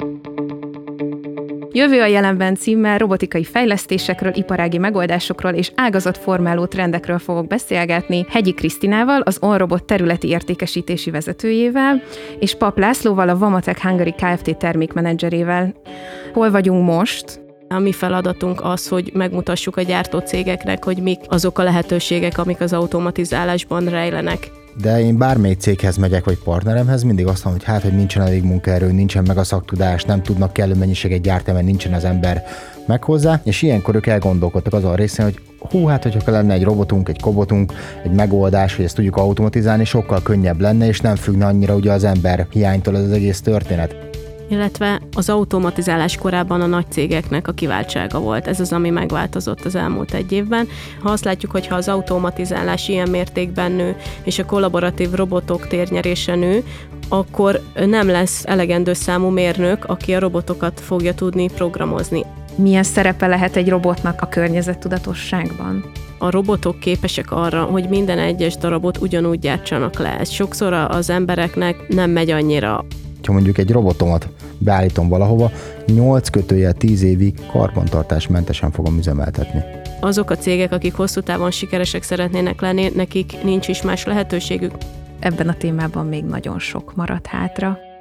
Jövő a jelenben címmel robotikai fejlesztésekről, iparági megoldásokról és ágazatformáló trendekről fogok beszélgetni Hegyi Krisztinával, az OnRobot területi értékesítési vezetőjével, és Papp Lászlóval, a Vamatech Hungary Kft. Termékmenedzserével. Hol vagyunk most? A mi feladatunk az, hogy megmutassuk a gyártó cégeknek, hogy mik azok a lehetőségek, amik az automatizálásban rejlenek. De én bármelyik céghez megyek, vagy partneremhez, mindig azt mondom, hogy hogy nincsen elég munkaerő, nincsen meg a szaktudás, nem tudnak kellő mennyiséget gyártani, mert nincsen az ember meg hozzá, és ilyenkor ők elgondolkodtak azon a részén, hogy hogyha lenne egy robotunk, egy kobotunk, egy megoldás, hogy ezt tudjuk automatizálni, sokkal könnyebb lenne, és nem függne annyira ugye az ember hiánytól ez az egész történet. Illetve az automatizálás korában a nagy cégeknek a kiváltsága volt. Ez az, ami megváltozott az elmúlt egy évben. Ha azt látjuk, hogy ha az automatizálás ilyen mértékben nő, és a kollaboratív robotok térnyerése nő, akkor nem lesz elegendő számú mérnök, aki a robotokat fogja tudni programozni. Milyen szerepe lehet egy robotnak a környezettudatosságban? A robotok képesek arra, hogy minden egyes darabot ugyanúgy gyártsanak le. Ez sokszor az embereknek nem megy annyira. Ha mondjuk egy robotomat beállítom valahova, 8-10 évig karbantartásmentesen fogom üzemeltetni. Azok a cégek, akik hosszú távon sikeresek szeretnének lenni, nekik nincs is más lehetőségük. Ebben a témában még nagyon sok maradt hátra.